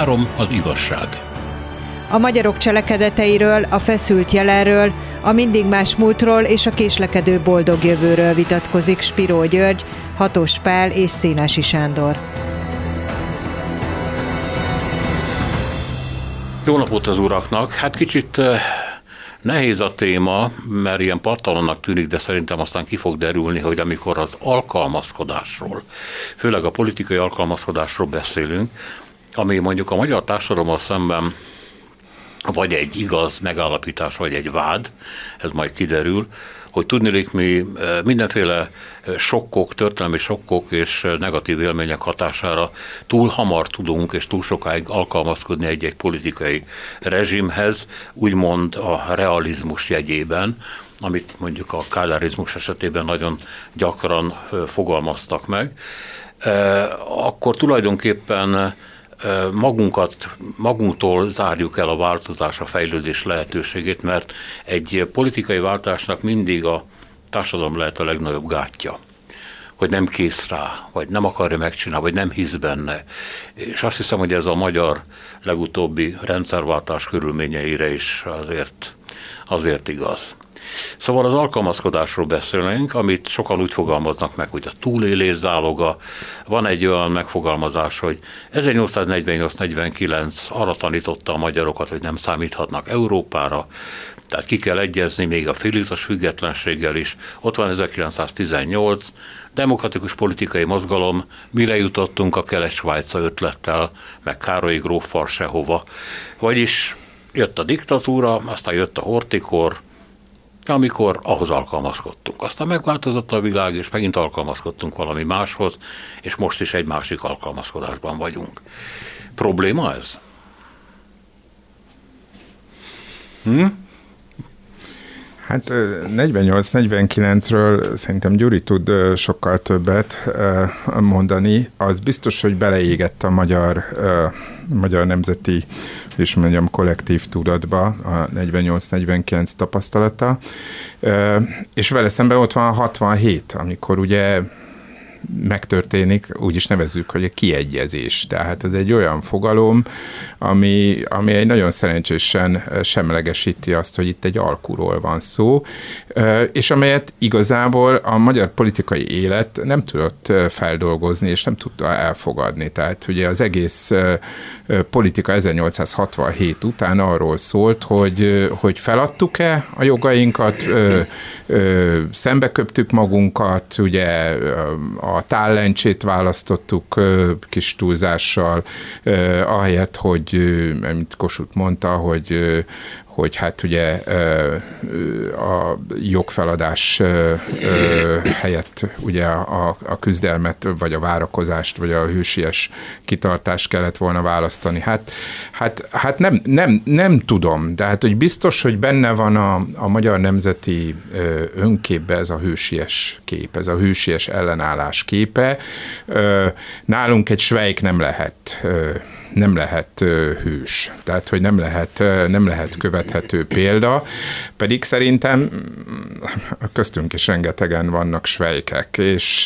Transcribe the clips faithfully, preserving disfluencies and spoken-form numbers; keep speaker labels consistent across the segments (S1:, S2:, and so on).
S1: Három az igazság.
S2: A magyarok cselekedeteiről, a feszült jelenről, a mindig más múltról és a késlekedő boldog jövőről vitatkozik Spiró György, Hatos Pál és Szénási Sándor.
S1: Jó napot az uraknak! Hát kicsit nehéz a téma, mert ilyen partalannak tűnik, de szerintem aztán ki fog derülni, hogy amikor az alkalmazkodásról, főleg a politikai alkalmazkodásról beszélünk, ami mondjuk a magyar társadalommal szemben vagy egy igaz megállapítás, vagy egy vád, ez majd kiderül, hogy tudniillik mi mindenféle sokkok, történelmi sokkok és negatív élmények hatására túl hamar tudunk és túl sokáig alkalmazkodni egy-egy politikai rezsimhez, úgymond a realizmus jegyében, amit mondjuk a kádárizmus esetében nagyon gyakran fogalmaztak meg, akkor tulajdonképpen magunkat, magunktól zárjuk el a változás, a fejlődés lehetőségét, mert egy politikai váltásnak mindig a társadalom lehet a legnagyobb gátja, hogy nem kész rá, vagy nem akarja megcsinálni, vagy nem hisz benne. És azt hiszem, hogy ez a magyar legutóbbi rendszerváltás körülményeire is azért, azért igaz. Szóval az alkalmazkodásról beszélünk, amit sokan úgy fogalmaznak meg, hogy a túlélés záloga. Van egy olyan megfogalmazás, hogy ezernyolcszáznegyvennyolc negyvenkilenc arra tanította a magyarokat, hogy nem számíthatnak Európára, tehát ki kell egyezni még a félitas függetlenséggel is. Ott van ezerkilencszáztizennyolc, demokratikus politikai mozgalom, mire jutottunk a Kelet-Svájca ötlettel, meg Károlyi gróffal sehova. Vagyis jött a diktatúra, aztán jött a horthy-kor, amikor ahhoz alkalmazkodtunk. Aztán megváltozott a világ, és megint alkalmazkodtunk valami máshoz, és most is egy másik alkalmazkodásban vagyunk. Probléma ez?
S3: Hm? Hát negyvennyolc negyvenkilencről szerintem Gyuri tud sokkal többet mondani. Az biztos, hogy beleégett a magyar, magyar nemzeti, és mondjam, kollektív tudatba a negyvennyolc negyvenkilenc tapasztalata. És vele szemben ott van a hatvanhét, amikor ugye megtörténik, úgy is nevezzük, hogy a kiegyezés. Tehát ez egy olyan fogalom, ami, ami egy nagyon szerencsésen semlegesíti azt, hogy itt egy alkuról van szó, és amelyet igazából a magyar politikai élet nem tudott feldolgozni, és nem tudta elfogadni. Tehát ugye az egész politika ezernyolcszázhatvanhét után arról szólt, hogy, hogy feladtuk-e a jogainkat, szembeköptük magunkat, ugye a tállencsét választottuk kis túlzással, ahelyett, hogy, mint Kossuth mondta, hogy hogy hát ugye a jogfeladás helyett ugye a, a küzdelmet, vagy a várakozást, vagy a hősies kitartást kellett volna választani. Hát, hát, hát nem, nem, nem tudom, de hát hogy biztos, hogy benne van a, a magyar nemzeti önképbe ez a hősies kép, ez a hősies ellenállás képe. Nálunk egy Schweik nem lehet nem lehet hős, tehát hogy nem lehet, nem lehet követhető példa, pedig szerintem köztünk is rengetegen vannak Schweikek, és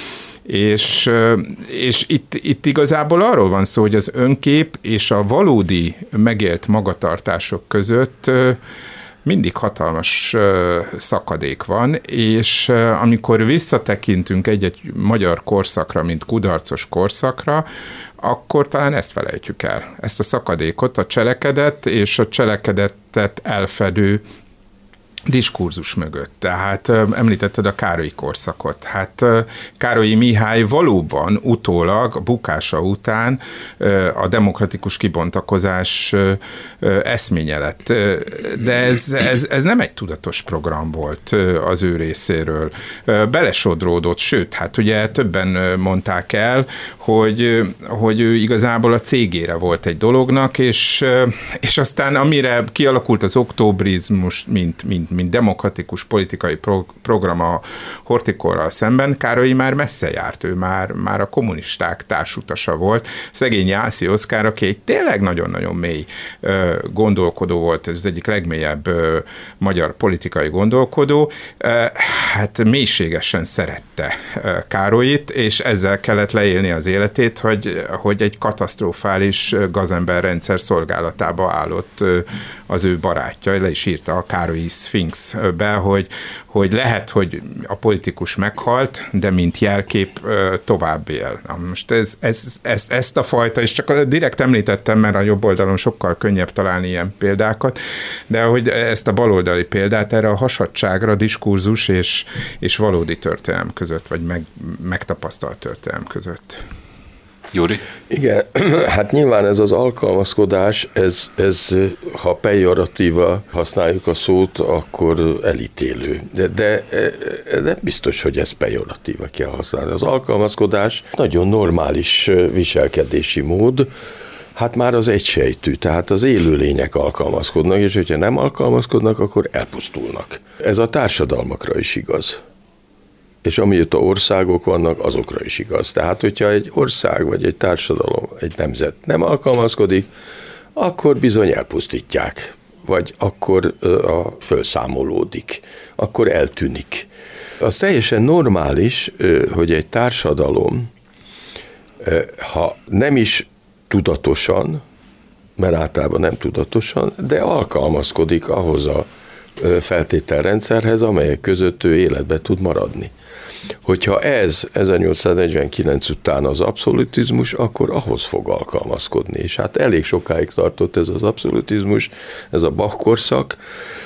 S3: És, és itt, itt igazából arról van szó, hogy az önkép és a valódi megélt magatartások között mindig hatalmas szakadék van, és amikor visszatekintünk egy-egy magyar korszakra, mint kudarcos korszakra, akkor talán ezt felejtjük el. Ezt a szakadékot, a cselekedet és a cselekedetet elfedő diskurzus mögött. Tehát említetted a Károlyi korszakot. Hát Károlyi Mihály valóban utólag, a bukása után a demokratikus kibontakozás eszménye lett. De ez, ez, ez nem egy tudatos program volt az ő részéről. Belesodródott, sőt, hát ugye többen mondták el, hogy, hogy ő igazából a cégére volt egy dolognak, és, és aztán amire kialakult az októbrizmus, mint, mint mint demokratikus politikai pro- program a horthy-korral szemben, Károlyi már messze járt, ő már, már a kommunisták társutasa volt. Szegény Jászi Oszkár, aki egy tényleg nagyon-nagyon mély ö, gondolkodó volt, ez az egyik legmélyebb ö, magyar politikai gondolkodó, ö, hát mélységesen szerette Károlyit, és ezzel kellett leélni az életét, hogy, hogy egy katasztrofális gazemberrendszer szolgálatába állott az ő barátja. Le is írta a Károlyi Szfinxbe, hogy, hogy lehet, hogy a politikus meghalt, de mint jelkép tovább él. Na most ez, ez, ez, ezt a fajta, és csak direkt említettem, mert a jobb oldalon sokkal könnyebb találni ilyen példákat, de hogy ezt a baloldali példát erre a hasadságra, diskurzus és, és valódi történelem között, vagy meg, megtapasztalt történelem között.
S1: Gyuri?
S4: Igen, hát nyilván ez az alkalmazkodás, ez, ez ha pejoratíva használjuk a szót, akkor elítélő. De, de nem biztos, hogy ez pejoratíva kell használni. Az alkalmazkodás nagyon normális viselkedési mód, hát már az egysejtű, tehát az élőlények alkalmazkodnak, és hogyha nem alkalmazkodnak, akkor elpusztulnak. Ez a társadalmakra is igaz. És amióta országok vannak, azokra is igaz. Tehát, hogyha egy ország, vagy egy társadalom, egy nemzet nem alkalmazkodik, akkor bizony elpusztítják, vagy akkor a, fölszámolódik, akkor eltűnik. Az teljesen normális, hogy egy társadalom, ha nem is tudatosan, mert általában nem tudatosan, de alkalmazkodik ahhoz a feltételrendszerhez, amelyek között ő életbe tud maradni. Hogyha ez ezernyolcszáznegyvenkilenc után az abszolutizmus, akkor ahhoz fog alkalmazkodni. És hát elég sokáig tartott ez az abszolutizmus, ez a Bach korszak.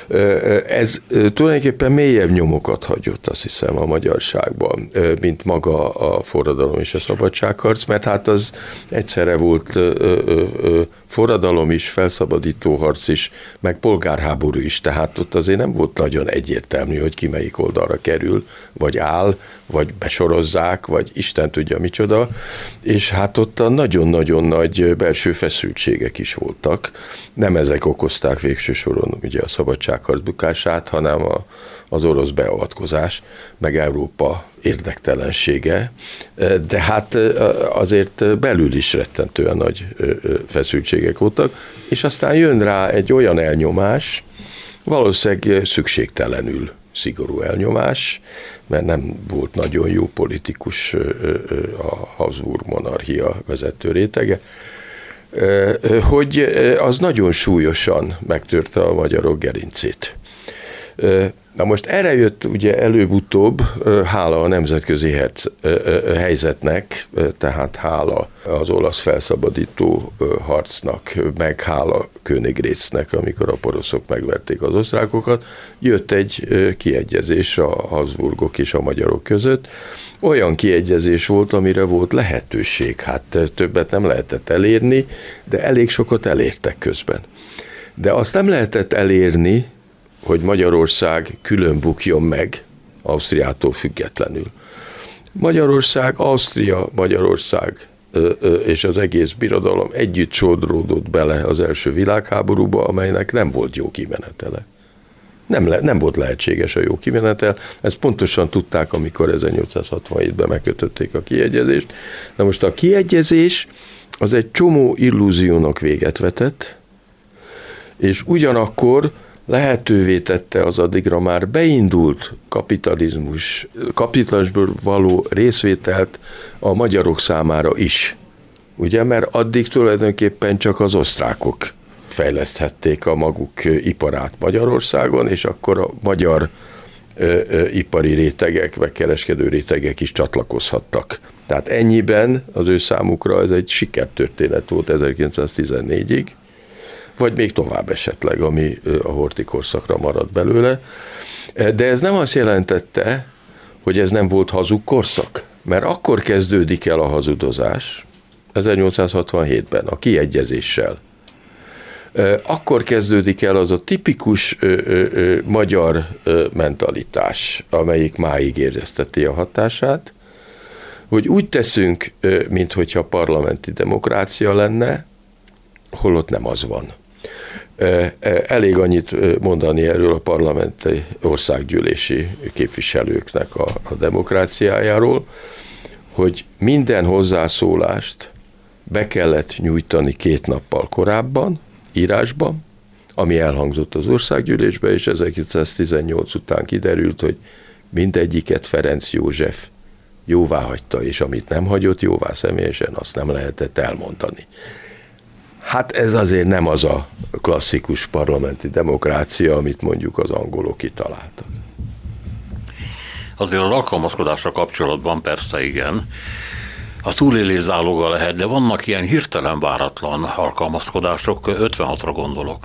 S4: Ez tulajdonképpen mélyebb nyomokat hagyott, azt hiszem, a magyarságban, mint maga a forradalom és a szabadságharc, mert hát az egyszerre volt forradalom is, felszabadító harc is, meg polgárháború is, tehát ott azért nem volt nagyon egyértelmű, hogy ki melyik oldalra kerül, vagy áll, vagy besorozzák, vagy Isten tudja micsoda, és hát ott a nagyon-nagyon nagy belső feszültségek is voltak. Nem ezek okozták végső soron ugye a szabadságharc bukását, hanem a, az orosz beavatkozás, meg Európa érdektelensége, de hát azért belül is rettentően nagy feszültségek voltak, és aztán jön rá egy olyan elnyomás, valószínűleg szükségtelenül szigorú elnyomás, mert nem volt nagyon jó politikus a Habsburg monarchia vezető rétege, hogy az nagyon súlyosan megtörte a magyarok gerincét. Na most erre jött ugye előbb-utóbb, hála a nemzetközi herc, helyzetnek, tehát hála az olasz felszabadító harcnak, meg hála Königgrätznek, amikor a poroszok megverték az osztrákokat, jött egy kiegyezés a Habsburgok és a magyarok között. Olyan kiegyezés volt, amire volt lehetőség. Hát többet nem lehetett elérni, de elég sokat elértek közben. De azt nem lehetett elérni, hogy Magyarország külön bukjon meg Ausztriától függetlenül. Magyarország, Ausztria, Magyarország és az egész birodalom együtt sodródott bele az első világháborúba, amelynek nem volt jó kimenetele. Nem, le, nem volt lehetséges a jó kimenetel, ezt pontosan tudták, amikor ezernyolcszázhatvanhétben megkötötték a kiegyezést. Na most a kiegyezés az egy csomó illúziónak véget vetett, és ugyanakkor lehetővé tette az addigra már beindult kapitalizmus, kapitalizmusból való részvételt a magyarok számára is. Ugye, mert addig tulajdonképpen csak az osztrákok fejleszthették a maguk iparát Magyarországon, és akkor a magyar ö, ö, ipari rétegek, vagy kereskedő rétegek is csatlakozhattak. Tehát ennyiben az ő számukra ez egy sikertörténet volt ezerkilencszáztizennégyig, vagy még tovább esetleg, ami a Horthy korszakra maradt belőle. De ez nem azt jelentette, hogy ez nem volt hazug korszak, mert akkor kezdődik el a hazudozás, ezernyolcszázhatvanhétben, a kiegyezéssel. Akkor kezdődik el az a tipikus ö, ö, ö, magyar ö, mentalitás, amelyik máig érezteti a hatását, hogy úgy teszünk, ö, minthogyha parlamenti demokrácia lenne, holott nem az van. Elég annyit mondani erről a parlamenti országgyűlési képviselőknek a, a demokráciájáról, hogy minden hozzászólást be kellett nyújtani két nappal korábban, írásban, ami elhangzott az országgyűlésbe, és ezerkilencszáztizennyolc után kiderült, hogy mindegyiket Ferenc József jóváhagyta, és amit nem hagyott jóvá személyesen, azt nem lehetett elmondani. Hát ez azért nem az a klasszikus parlamenti demokrácia, amit mondjuk az angolok kitaláltak.
S1: Azért az alkalmazkodásra kapcsolatban persze igen, a túlélés záloga lehet, de vannak ilyen hirtelen váratlan alkalmazkodások, ötvenhatra gondolok.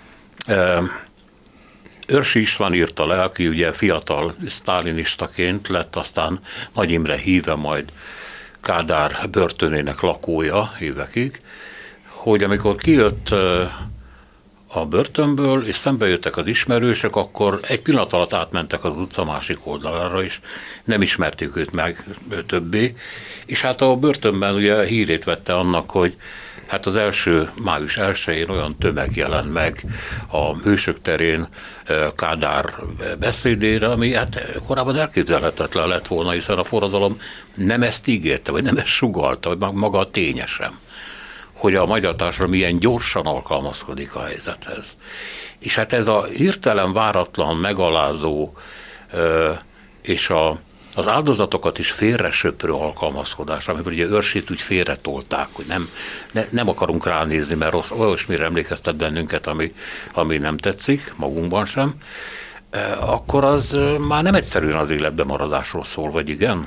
S1: Őrsi István írta le, aki ugye fiatal sztálinistaként lett aztán Nagy Imre híve, majd Kádár börtönének lakója évekig, hogy amikor kijött a börtönből, és szembe jöttek az ismerősök, akkor egy pillanat alatt átmentek az utca másik oldalára is, nem ismerték őt meg többé, és hát a börtönben ugye hírét vette annak, hogy hát az első május elsején olyan tömeg jelent meg a Hősök terén Kádár beszédére, ami hát korábban elképzelhetetlen lett volna, hiszen a forradalom nem ezt ígérte, vagy nem ezt sugallta, vagy maga a tényesen, hogy a magyar társadalom milyen gyorsan alkalmazkodik a helyzethez. És hát ez a hirtelen, váratlan, megalázó és a, az áldozatokat is félresöprő alkalmazkodás, amikor ugye Őrsét úgy félretolták, hogy nem, ne, nem akarunk ránézni, mert rossz, olyasmire emlékeztet bennünket, ami, ami nem tetszik, magunkban sem, akkor az már nem egyszerűen az életben maradásról szól, vagy igen?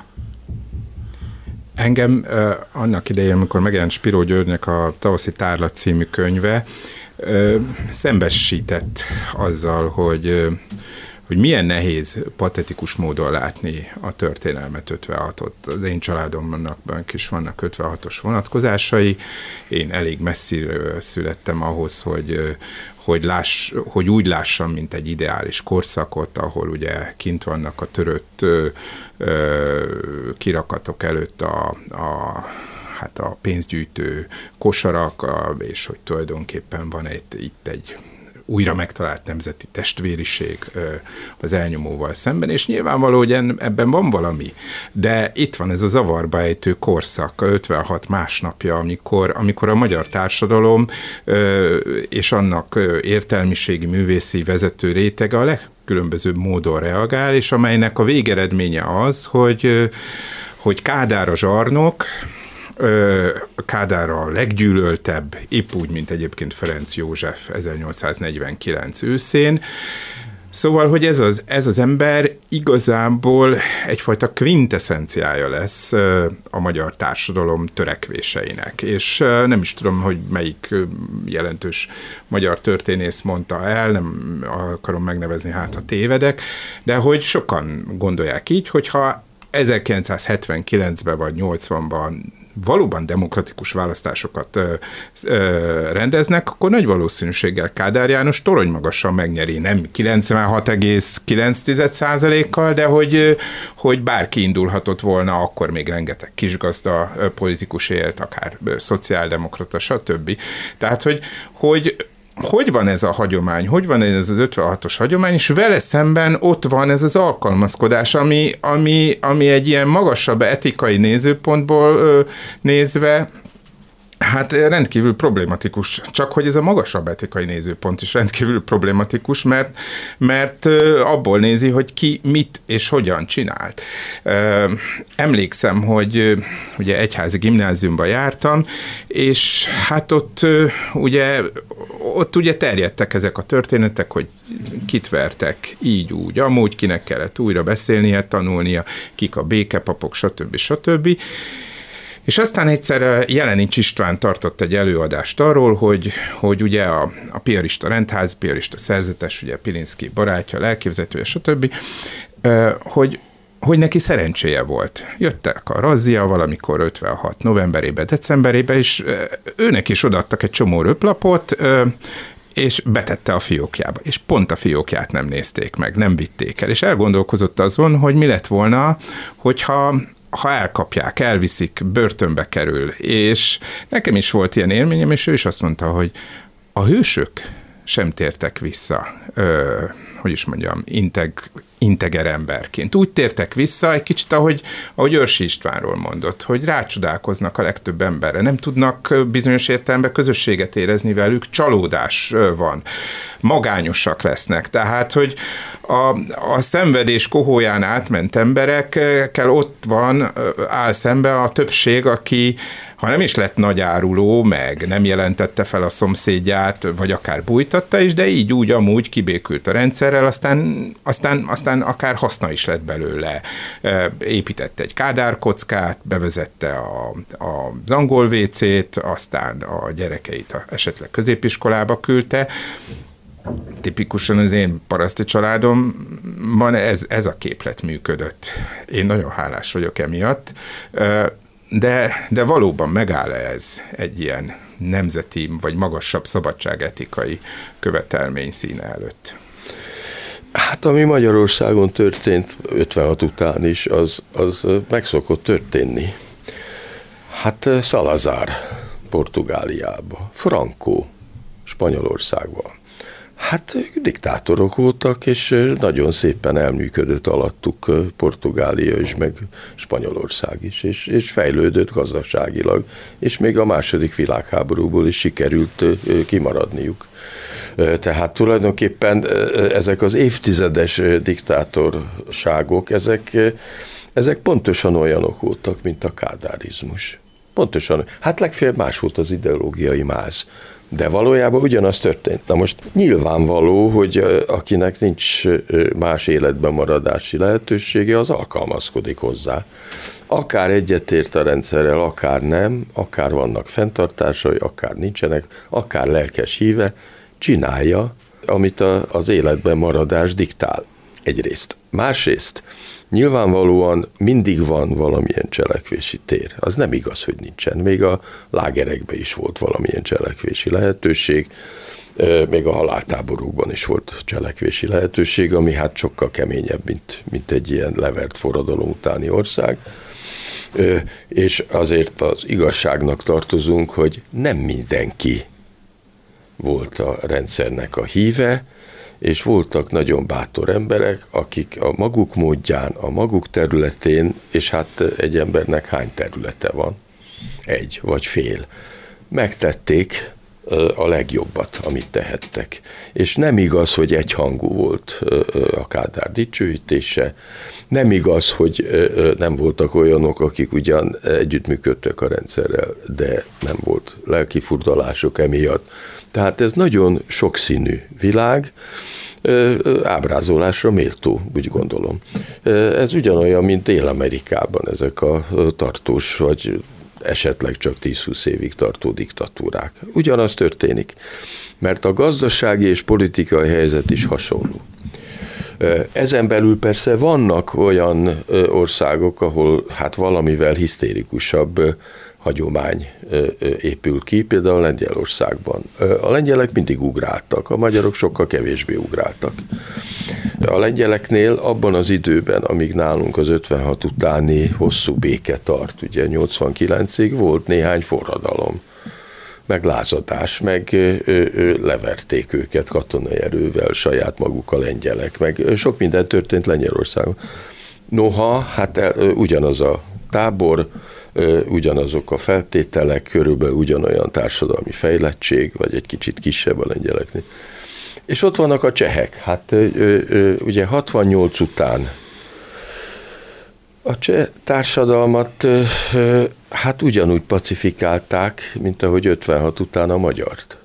S3: Engem uh, annak idején, amikor megjelent Spiró Györgynek a Tavaszi Tárlat című könyve, uh, szembesített azzal, hogy, uh, hogy milyen nehéz patetikus módon látni a történelmet ötvenhatot. Az én családomnak is vannak ötvenhatos vonatkozásai. Én elég messziről születtem ahhoz, hogy, hogy, láss, hogy úgy lássam, mint egy ideális korszakot, ahol ugye kint vannak a törött ö, ö, kirakatok előtt a, a, hát a pénzgyűjtő kosarak, a, és hogy tulajdonképpen van egy, itt egy újra megtalált nemzeti testvériség az elnyomóval szemben, és nyilvánvaló, hogy ebben van valami. De itt van ez a zavarba ejtő korszak, ötvenhat másnapja, amikor, amikor a magyar társadalom és annak értelmiségi, művészi vezető rétege a legkülönbözőbb módon reagál, és amelynek a végeredménye az, hogy, hogy Kádár a zsarnok, Kádár a leggyűlöltebb, épp úgy, mint egyébként Ferenc József ezernyolcszáznegyvenkilenc őszén. Szóval, hogy ez az, ez az ember igazából egyfajta kvinteszenciája lesz a magyar társadalom törekvéseinek. És nem is tudom, hogy melyik jelentős magyar történész mondta el, nem akarom megnevezni, hát ha tévedek, de hogy sokan gondolják így, hogyha ezerkilencszázhetvenkilencben vagy nyolcvanban valóban demokratikus választásokat ö, ö, rendeznek, akkor nagy valószínűséggel Kádár János toronymagasan megnyeri, nem kilencvenhat egész kilenc százalékkal, de hogy, hogy bárki indulhatott volna, akkor még rengeteg kisgazda politikus élt, akár szociáldemokrata, stb. Tehát, hogy, hogy Hogy van ez a hagyomány, hogy van ez az ötvenhatos hagyomány, és vele szemben ott van ez az alkalmazkodás, ami, ami, ami egy ilyen magasabb etikai nézőpontból ö, nézve, hát rendkívül problematikus. Csak hogy ez a magasabb etikai nézőpont is rendkívül problematikus, mert, mert abból nézi, hogy ki mit és hogyan csinált. Emlékszem, hogy ugye egyházi gimnáziumban jártam, és hát ott ugye, ott ugye terjedtek ezek a történetek, hogy kit vertek így, úgy, amúgy, kinek kellett újra beszélnie, tanulnia, kik a békepapok, stb. stb. És aztán egyszer Jelenics István tartott egy előadást arról, hogy, hogy ugye a, a piarista rendház, piarista szerzetes, ugye Pilinszky barátja, lelképzetője, stb., hogy, hogy neki szerencséje volt. Jöttek a razzia valamikor ötvenhat novemberében, decemberében, és őnek is odaadtak egy csomó röplapot, és betette a fiókjába. És pont a fiókját nem nézték meg, nem vitték el. És elgondolkozott azon, hogy mi lett volna, hogyha ha elkapják, elviszik, börtönbe kerül, és nekem is volt ilyen élményem, és ő is azt mondta, hogy a hősök sem tértek vissza, ö, hogy is mondjam, integ, integer emberként. Úgy tértek vissza, egy kicsit, ahogy, ahogy Őrsi Istvánról mondott, hogy rácsodálkoznak a legtöbb emberre, nem tudnak bizonyos értelemben közösséget érezni velük, csalódás van, magányosak lesznek. Tehát, hogy a, a szenvedés kohóján átment emberekkel ott van, áll szembe a többség, aki ha nem is lett nagy áruló, meg nem jelentette fel a szomszédját, vagy akár bújtatta is, de így úgy amúgy kibékült a rendszerrel, aztán, aztán, aztán akár haszna is lett belőle. Építette egy kádárkockát, bevezette a, a, az angol vécét, aztán a gyerekeit a, esetleg középiskolába küldte. Tipikusan az én paraszti családomban ez, ez a képlet működött. Én nagyon hálás vagyok emiatt. De, de valóban megáll ez egy ilyen nemzeti vagy magasabb szabadságetikai követelmény színe előtt?
S4: Hát ami Magyarországon történt ötvenhat után is, az, az meg szokott történni. Hát Salazar Portugáliába, Franco Spanyolországban. Hát ők diktátorok voltak, és nagyon szépen elműködött alattuk Portugália és meg Spanyolország is, és, és fejlődött gazdaságilag, és még a második világháborúból is sikerült kimaradniuk. Tehát tulajdonképpen ezek az évtizedes diktátorságok, ezek, ezek pontosan olyanok voltak, mint a kádárizmus. Pontosan, hát legfeljebb más volt az ideológiai máz. De valójában ugyanaz történt. Na most nyilvánvaló, hogy akinek nincs más életben maradási lehetősége, az alkalmazkodik hozzá. Akár egyetért a rendszerrel, akár nem, akár vannak fenntartásai, akár nincsenek, akár lelkes híve, csinálja, amit az életben maradás diktál. Egyrészt. Másrészt nyilvánvalóan mindig van valamilyen cselekvési tér. Az nem igaz, hogy nincsen. Még a lágerekben is volt valamilyen cselekvési lehetőség, még a haláltáborokban is volt cselekvési lehetőség, ami hát sokkal keményebb, mint, mint egy ilyen levert forradalom utáni ország. És azért az igazságnak tartozunk, hogy nem mindenki volt a rendszernek a híve, és voltak nagyon bátor emberek, akik a maguk módján, a maguk területén, és hát egy embernek hány területe van? Egy vagy fél. Megtették a legjobbat, amit tehettek. És nem igaz, hogy egyhangú volt a Kádár dicsőítése, nem igaz, hogy nem voltak olyanok, akik ugyan együttműködtek a rendszerrel, de nem volt lelkifurdalások emiatt. Tehát ez nagyon sokszínű világ, ábrázolásra méltó, úgy gondolom. Ez ugyanolyan, mint Dél-Amerikában ezek a tartós, vagy esetleg csak tíz-húsz évig tartó diktatúrák. Ugyanaz történik, mert a gazdasági és politikai helyzet is hasonló. Ezen belül persze vannak olyan országok, ahol hát valamivel hisztérikusabb hagyomány épül ki, például Lengyelországban. A lengyelek mindig ugráltak, a magyarok sokkal kevésbé ugráltak. A lengyeleknél abban az időben, amíg nálunk az ötvenhat utáni hosszú béke tart, ugye nyolcvankilencig volt néhány forradalom, meg lázadás, meg leverték őket katonai erővel, saját maguk a lengyelek, meg sok minden történt Lengyelországon. Noha, hát ugyanaz a tábor, ugyanazok a feltételek, körülbelül ugyanolyan társadalmi fejlettség, vagy egy kicsit kisebb a lengyeleknél. És ott vannak a csehek. Hát ugye hatvannyolc után a cseh társadalmat hát ugyanúgy pacifikálták, mint ahogy ötvenhat után a magyart.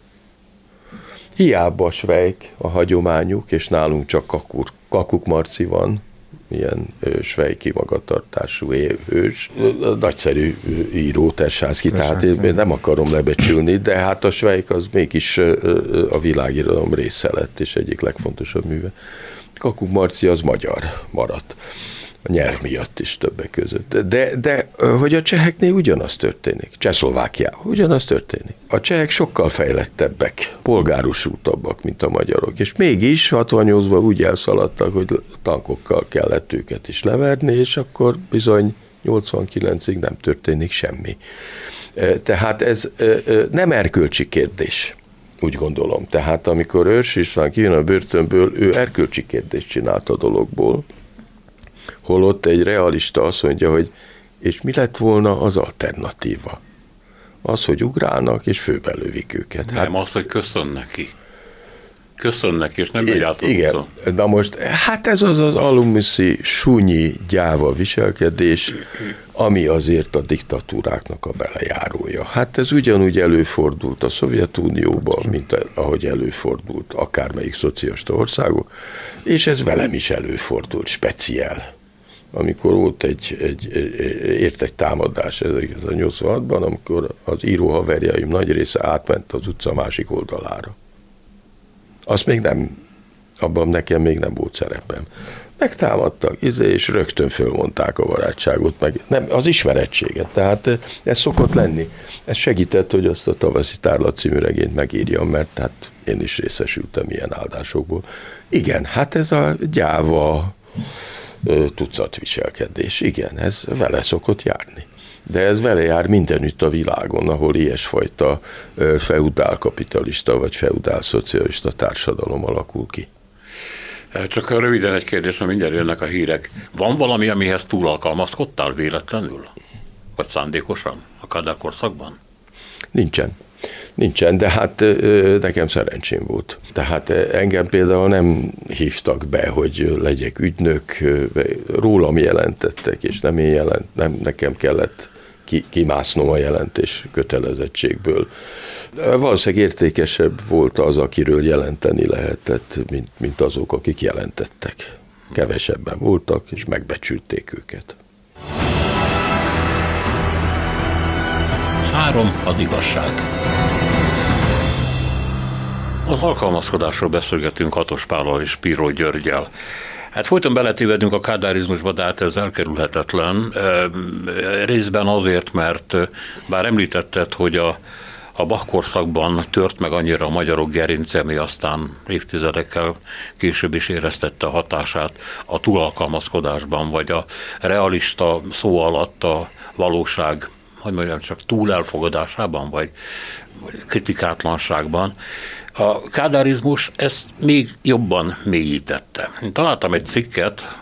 S4: Hiába Svejk a hagyományuk, és nálunk csak kakur, Kakuk Marci van, ilyen svejki magatartású hős, nagyszerű író, Tersánszky, tehát én nem akarom lebecsülni, de hát a Svejk az mégis a világirodalom része lett, és egyik legfontosabb műve. Kakuk Marci az magyar maradt. A nyelv miatt is többek között. De, de hogy a cseheknél ugyanaz történik. Csehszlovákiában ugyanaz történik. A csehek sokkal fejlettebbek, polgárosultabbak, mint a magyarok. És mégis hatvannyolcban úgy elszaladtak, hogy tankokkal kellett őket is leverni, és akkor bizony nyolcvankilencig nem történik semmi. Tehát ez nem erkölcsi kérdés. úgy gondolom. Tehát amikor Őrs István kijön a börtönből, ő erkölcsi kérdést csinált a dologból, holott egy realista azt mondja, hogy és mi lett volna az alternatíva? Az, hogy ugrálnak és főbelövik őket.
S1: Nem, hát, az, hogy köszön neki. Köszönnek, és nem megy át.
S4: Igen, na most, hát ez az az alumuszi, súnyi, gyáva viselkedés, ami azért a diktatúráknak a velejárója. Hát ez ugyanúgy előfordult a Szovjetunióban, mint ahogy előfordult akármelyik szocialista országok, és ez velem is előfordult, speciál. Amikor volt egy, egy, ért egy támadás ezerkilencszáznyolcvanhatban, amikor az író haverjaim nagy része átment az utca másik oldalára. Azt még nem, abban nekem még nem volt szerepem. Megtámadtak, és rögtön fölmondták a barátságot, meg nem, az ismerettséget. Tehát ez szokott lenni. Ez segített, hogy azt a Tavaszi Tárlat című regényt megírjam, mert hát én is részesültem ilyen áldásokból. Igen, hát ez a gyáva tucatviselkedés. Igen, ez vele szokott járni. De ez vele jár mindenütt a világon, ahol ilyesfajta feudál kapitalista vagy feudál szocialista társadalom alakul ki.
S1: Csak röviden egy kérdés, mert mindjárt jönnek a hírek. Van valami, amihez túl alkalmazkodtál véletlenül? Vagy szándékosan a Kádár korszakban?
S4: Nincsen. Nincsen, de hát nekem szerencsém volt. Tehát engem például nem hívtak be, hogy legyek ügynök, rólam jelentettek, és nem én jelent, nem nekem kellett kimásznom a jelentés kötelezettségből. Valószínűleg értékesebb volt az, akiről jelenteni lehetett, mint, mint azok, akik jelentettek. Kevesebben voltak, és megbecsülték őket.
S1: Három az igazság. Az alkalmazkodásról beszélgetünk Hatos Pállal és Spiro Györggyel. Hát folyton beletévedünk a kádárizmusba, de hát ez elkerülhetetlen. Részben azért, mert bár említetted, hogy a, a Bach korszakban tört meg annyira a magyarok gerince, ami aztán évtizedekkel később is éreztette a hatását a túlalkalmazkodásban, vagy a realista szó alatt a valóság, hogy mondjam, csak túl elfogadásában, vagy, vagy kritikátlanságban. A kádárizmus ezt még jobban mélyítette. Én találtam egy cikket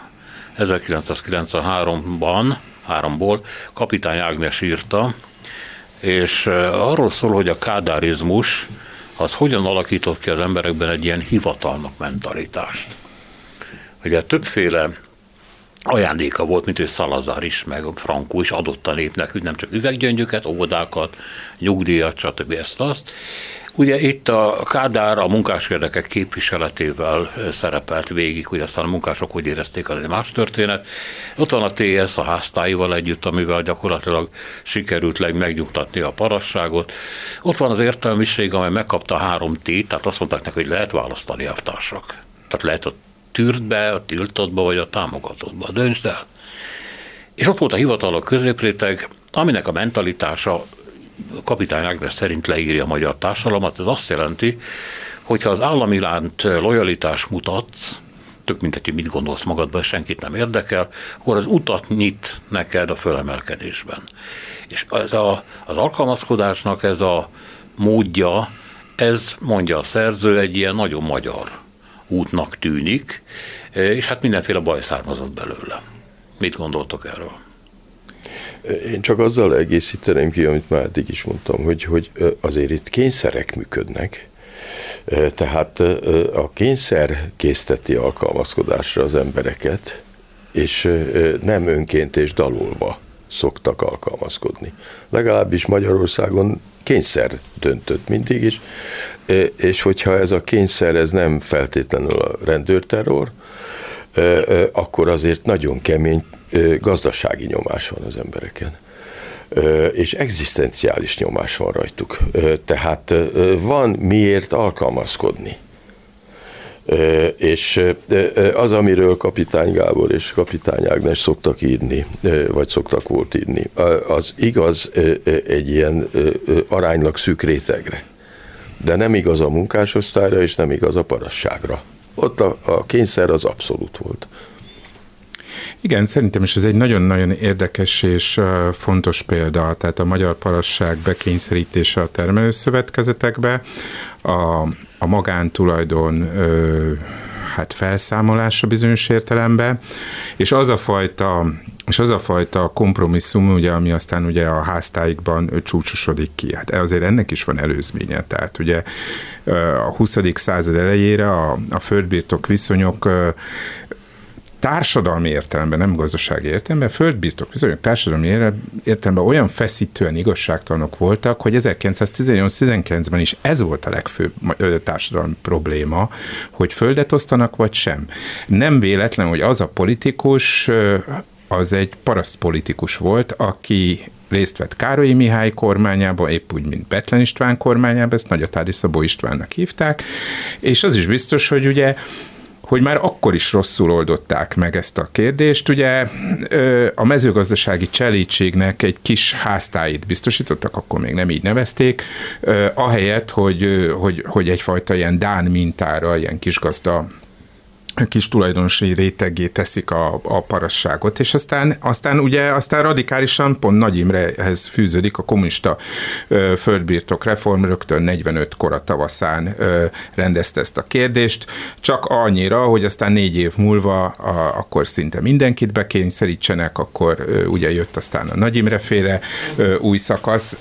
S1: ezerkilencszázkilencvenháromban, háromból, Kapitány Ágnes írta, és arról szól, hogy a kádárizmus az hogyan alakított ki az emberekben egy ilyen hivatalnok mentalitást. Ugye többféle ajándéka volt, mint ő Salazar is, meg Franco is adott a népnek, hogy nem csak üveggyöngyöket, óvodákat, nyugdíjat, stb. Ezt-azt. Ugye itt a Kádár a munkáskérdekek képviseletével szerepelt végig, hogy aztán a munkások hogy érezték, az egy más történet. Ott van a té es a háztáival együtt, amivel gyakorlatilag sikerült megnyugtatni a parasságot. Ott van az értelmiség, amely megkapta a három tét, tehát azt mondták neki, hogy lehet választani elvtársak. Tehát lehet a tűrtbe, a tiltottba, vagy a támogatottba. Döntsd el. És ott volt a hivatalok középréteg, aminek a mentalitása Kapitány Ágnes szerint leírja a magyar társadalmat. Ez azt jelenti, hogy ha az állam iránt lojalitás mutatsz, tök mindegy, hogy mit gondolsz magadban, senkit nem érdekel, akkor az utat nyit neked a fölemelkedésben. És ez a, az alkalmazkodásnak ez a módja, ez, mondja a szerző, egy ilyen nagyon magyar útnak tűnik, és hát mindenféle baj származott belőle. Mit gondoltok erről?
S4: Én csak azzal egészíteném ki, amit már eddig is mondtam, hogy, hogy azért itt kényszerek működnek, tehát a kényszer készteti alkalmazkodásra az embereket, és nem önként és dalolva szoktak alkalmazkodni. Legalábbis Magyarországon kényszer döntött mindig is, és hogyha ez a kényszer ez nem feltétlenül a rendőrterror, akkor azért nagyon kemény gazdasági nyomás van az embereken, és egzisztenciális nyomás van rajtuk. Tehát van miért alkalmazkodni. És az, amiről Kapitány Gábor és Kapitány Ágnes szoktak írni, vagy szoktak volt írni, az igaz egy ilyen aránylag szűk rétegre, de nem igaz a munkásosztályra, és nem igaz a parasságra. Ott a, a kényszer az abszolút volt.
S3: Igen, szerintem is ez egy nagyon-nagyon érdekes és fontos példa, tehát a magyar parasság bekényszerítése a termelőszövetkezetekbe, a, a magántulajdon ö, hát felszámolása bizonyos értelemben, és az a fajta és az a fajta kompromisszum, ugye, ami aztán ugye a háztáikban csúcsosodik ki. Hát azért ennek is van előzménye. Tehát ugye a huszadik század elejére a, a földbirtok viszonyok társadalmi értelemben, nem gazdasági értelemben, földbirtok viszonyok társadalmi értelemben olyan feszítően igazságtalanok voltak, hogy ezerkilencszáztizennyolc-tizenkilencben is ez volt a legfőbb társadalmi probléma, hogy földet osztanak, vagy sem. Nem véletlen, hogy az a politikus, az egy parasztpolitikus volt, aki részt vett Károlyi Mihály kormányában, épp úgy, mint Bethlen István kormányában, ezt Nagyatádi Szabó Istvánnak hívták, és az is biztos, hogy ugye hogy már akkor is rosszul oldották meg ezt a kérdést. Ugye a mezőgazdasági cselédségnek egy kis háztáit biztosítottak, akkor még nem így nevezték, ahelyett, hogy, hogy, hogy egyfajta ilyen dán mintára, ilyen kisgazda kis tulajdonosi réteggé teszik a, a parasságot, és aztán, aztán ugye aztán radikálisan pont Nagy Imrehez fűződik a kommunista ö, földbirtok reform, rögtön negyvenöt kora tavaszán ö, rendezte ezt a kérdést, csak annyira, hogy aztán négy év múlva a, akkor szinte mindenkit bekényszerítsenek, akkor ö, ugye jött aztán a Nagy Imre féle ö, új szakasz.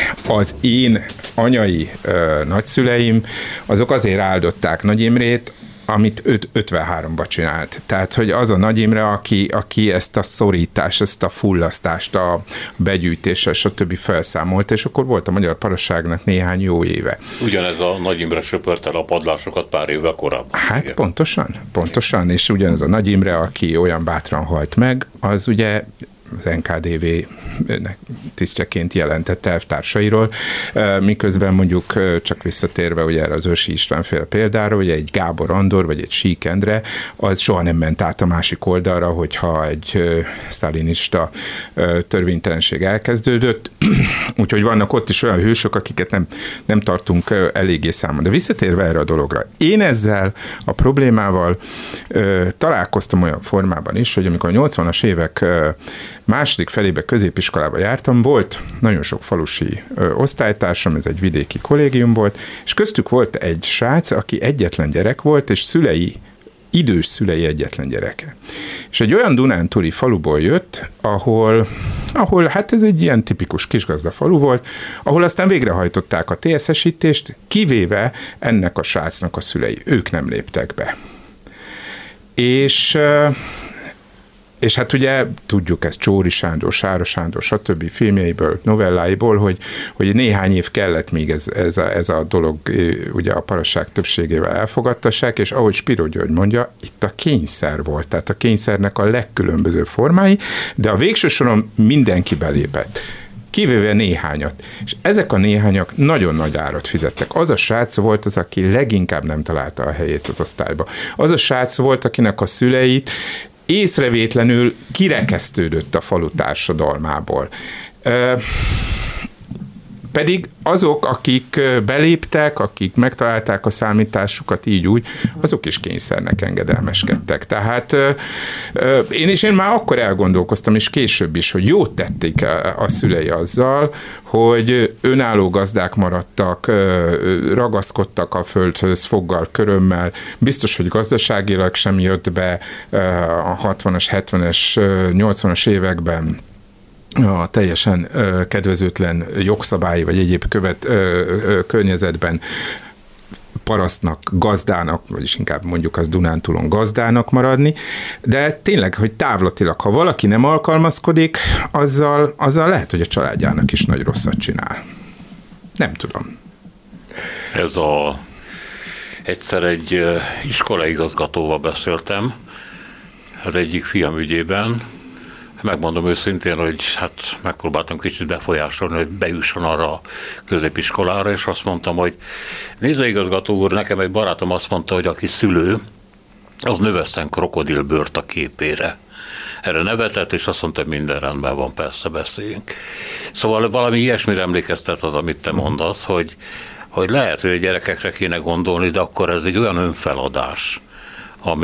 S3: Az én anyai ö, nagyszüleim, azok azért áldották Nagy Imrét, amit ötvenháromban csinált. Tehát, hogy az a Nagy Imre, aki, aki ezt a szorítást, ezt a fullasztást, a begyűjtéssel, stb. Felszámolt, és akkor volt a magyar parasságnak néhány jó éve.
S1: Ugyanez a Nagy Imre söpörte a padlásokat pár évvel korábban.
S3: Hát
S1: igen.
S3: pontosan, pontosan, és ugyanez a Nagy Imre, aki olyan bátran halt meg, az ugye az en ká dé vé tisztjeként jelentett elvtársairól, miközben mondjuk csak visszatérve ugye erre az Ősi István féle példára, ugye egy Gábor Andor vagy egy Sík Endre, az soha nem ment át a másik oldalra, hogyha egy sztálinista törvénytelenség elkezdődött, úgyhogy vannak ott is olyan hősök, akiket nem, nem tartunk eléggé számon. De visszatérve erre a dologra, én ezzel a problémával találkoztam olyan formában is, hogy amikor a nyolcvanas évek második felébe középiskolába jártam, volt nagyon sok falusi ö, osztálytársam, ez egy vidéki kollégium volt, és köztük volt egy srác, aki egyetlen gyerek volt, és szülei, idős szülei egyetlen gyereke. És egy olyan dunántúli faluból jött, ahol, ahol hát ez egy ilyen tipikus kisgazda falu volt, ahol aztán végrehajtották a té es es-ítést, kivéve ennek a srácnak a szülei. Ők nem léptek be. És... És hát ugye tudjuk ezt Csóri Sándor, Sára Sándor, stb. Filmjeiből, novelláiból, hogy, hogy néhány év kellett, még ez, ez, a, ez a dolog ugye a parasság többségével elfogadtassák, és ahogy Spiro György mondja, itt a kényszer volt, tehát a kényszernek a legkülönbözőbb formái, de a végső soron mindenki belépett. Kivéve néhányat. És ezek a néhányak nagyon nagy árat fizettek. Az a srác volt az, aki leginkább nem találta a helyét az osztályba. Az a srác volt, akinek a szüleit észrevétlenül kirekesztődött a falu társadalmából. Pedig azok, akik beléptek, akik megtalálták a számításukat így úgy, azok is kényszernek engedelmeskedtek. Tehát én is én már akkor elgondolkoztam, és később is, hogy jót tették a szülei azzal, hogy önálló gazdák maradtak, ragaszkodtak a földhöz foggal, körömmel. Biztos, hogy gazdaságilag sem jött be a hatvanas, hetvenes, nyolcvanas években a teljesen ö, kedvezőtlen jogszabályi vagy egyéb követ, ö, ö, környezetben parasztnak, gazdának, vagyis inkább mondjuk az Dunántúlon gazdának maradni, de tényleg, hogy távlatilag, ha valaki nem alkalmazkodik, azzal, azzal lehet, hogy a családjának is nagy rosszat csinál. Nem tudom.
S1: Ez a... Egyszer egy iskolaigazgatóval beszéltem, az egyik fiam ügyében. Megmondom őszintén, hogy hát megpróbáltam kicsit befolyásolni, hogy bejusson arra a középiskolára, és azt mondtam, hogy nézze, igazgató úr, nekem egy barátom azt mondta, hogy aki szülő, az növeszten krokodilbőrt a képére. Erre nevetett, és azt mondta, hogy minden rendben van, persze beszéljünk. Szóval valami ilyesmire emlékeztet az, amit te mondasz, hogy, hogy lehet, hogy a gyerekekre kéne gondolni, de akkor ez egy olyan önfeladás, ami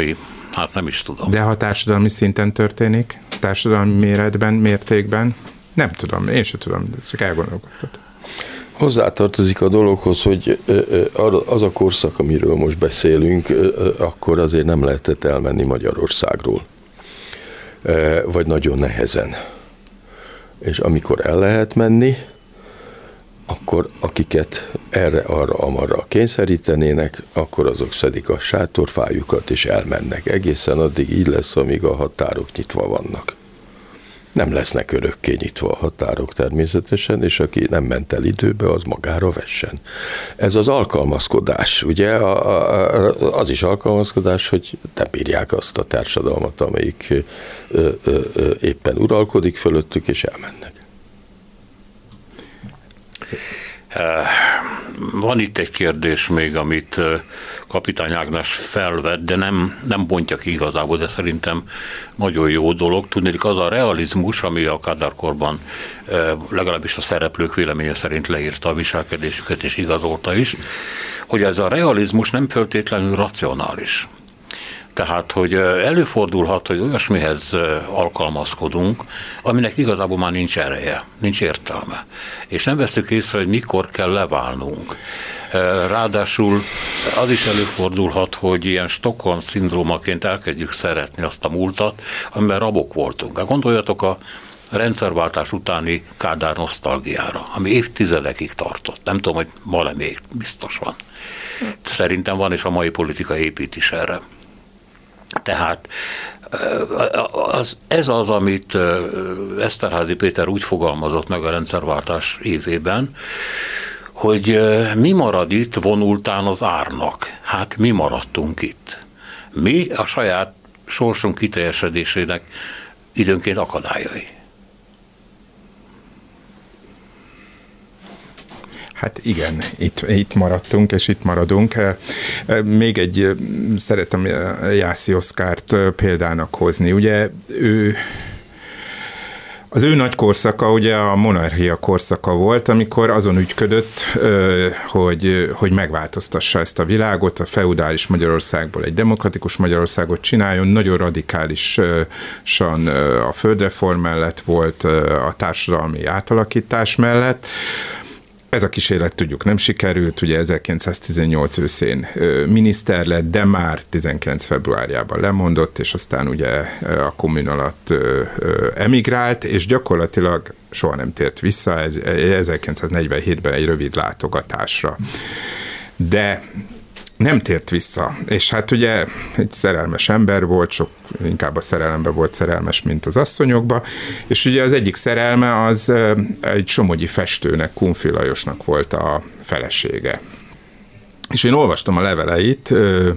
S1: Hát nem is tudom.
S3: De ha társadalmi szinten történik, társadalmi méretben, mértékben, nem tudom, én sem tudom, de csak elgondolkoztatom.
S4: Hozzátartozik a dologhoz, hogy az a korszak, amiről most beszélünk, akkor azért nem lehetett elmenni Magyarországról. Vagy nagyon nehezen. És amikor el lehet menni, akkor akiket erre-arra amarra kényszerítenének, akkor azok szedik a sátorfájukat és elmennek. Egészen addig így lesz, amíg a határok nyitva vannak. Nem lesznek örökké nyitva a határok természetesen, és aki nem ment el időbe, az magára vessen. Ez az alkalmazkodás, ugye a, a, az is alkalmazkodás, hogy nem bírják azt a társadalmat, amelyik ö, ö, ö, éppen uralkodik fölöttük, és elmennek.
S1: Van itt egy kérdés még, amit kapitány Ágnes felvett, de nem, nem bontja ki igazából, de szerintem nagyon jó dolog. Tudnék, az a realizmus, ami a Kádár-korban legalábbis a szereplők véleménye szerint leírta a viselkedésüket és igazolta is, hogy ez a realizmus nem feltétlenül racionális. Tehát, hogy előfordulhat, hogy olyasmihez alkalmazkodunk, aminek igazából már nincs ereje, nincs értelme. És nem veszük észre, hogy mikor kell leválnunk. Ráadásul az is előfordulhat, hogy ilyen Stockholm-szindrómaként elkezdjük szeretni azt a múltat, amiben rabok voltunk. Gondoljatok a rendszerváltás utáni Kádár nosztalgiára, ami évtizedekig tartott. Nem tudom, hogy ma még biztos van. Szerintem van, és a mai politika épít is erre. Tehát az, ez az, amit Eszterházy Péter úgy fogalmazott meg a rendszerváltás évében, hogy mi marad itt vonultán az árnak. Hát mi maradtunk itt. Mi a saját sorsunk kiteljesedésének időnként akadályai.
S3: Hát igen, itt, itt maradtunk, és itt maradunk. Még egy, szeretem Jászi Oszkárt példának hozni. Ugye ő, az ő nagy korszaka ugye a monarchia korszaka volt, amikor azon ügyködött, hogy, hogy megváltoztassa ezt a világot, a feudális Magyarországból egy demokratikus Magyarországot csináljon, nagyon radikálisan a földreform mellett volt, a társadalmi átalakítás mellett. Ez a kísérlet, tudjuk, nem sikerült, ugye ezerkilencszáztizennyolc őszén miniszter lett, de már tizenkilenc februárjában lemondott, és aztán ugye a kommun alatt emigrált, és gyakorlatilag soha nem tért vissza, ezerkilencszáznegyvenhétben egy rövid látogatásra. De nem tért vissza, és hát ugye egy szerelmes ember volt, sok inkább a szerelembe volt szerelmes, mint az asszonyokba, és ugye az egyik szerelme az egy somogyi festőnek, Kunfi Lajosnak volt a felesége. És én olvastam a leveleit,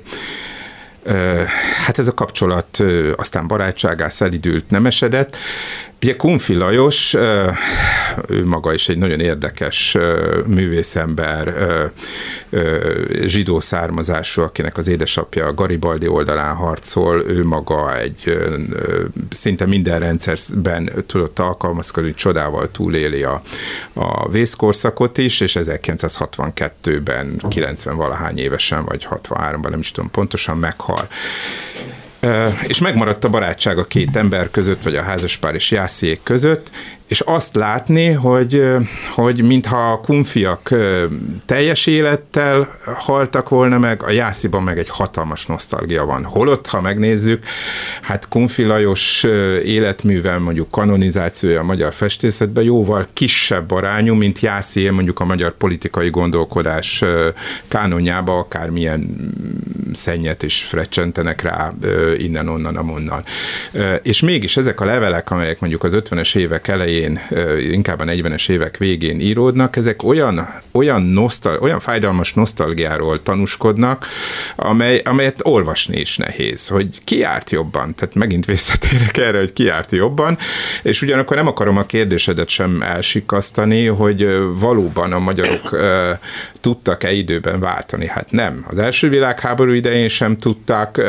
S3: hát ez a kapcsolat aztán barátságá szelidült, nem esedett. Ugye Kunfi Lajos, ő maga is egy nagyon érdekes művészember, zsidó származású, akinek az édesapja a Garibaldi oldalán harcol, ő maga egy szinte minden rendszerben tudott alkalmazkodni, csodával túléli a, a vészkorszakot is, és ezerkilencszázhatvankettőben, kilencven valahány évesen, vagy hatvanháromban, nem is tudom pontosan, meghal. És megmaradt a barátság a két ember között, vagy a házaspár és Jásziék között, és azt látni, hogy, hogy mintha a Kunfiak teljes élettel haltak volna meg, a Jásziban meg egy hatalmas nosztalgia van. Holott, ha megnézzük, hát Kunfi Lajos életművel, mondjuk kanonizációja a magyar festészetben jóval kisebb arányú, mint Jászié mondjuk a magyar politikai gondolkodás kánonjába, akármilyen szennyet is frecsentenek rá innen, onnan, amonnan. És mégis ezek a levelek, amelyek mondjuk az ötvenes évek elején, inkább a negyvenes évek végén íródnak, ezek olyan, olyan, nosztal, olyan fájdalmas nosztalgiáról tanúskodnak, amely, amelyet olvasni is nehéz, hogy ki járt jobban. Tehát megint visszatérek erre, hogy ki járt jobban, és ugyanakkor nem akarom a kérdésedet sem elsikasztani, hogy valóban a magyarok tudtak-e időben váltani. Hát nem. Az első világháború idején sem tudtak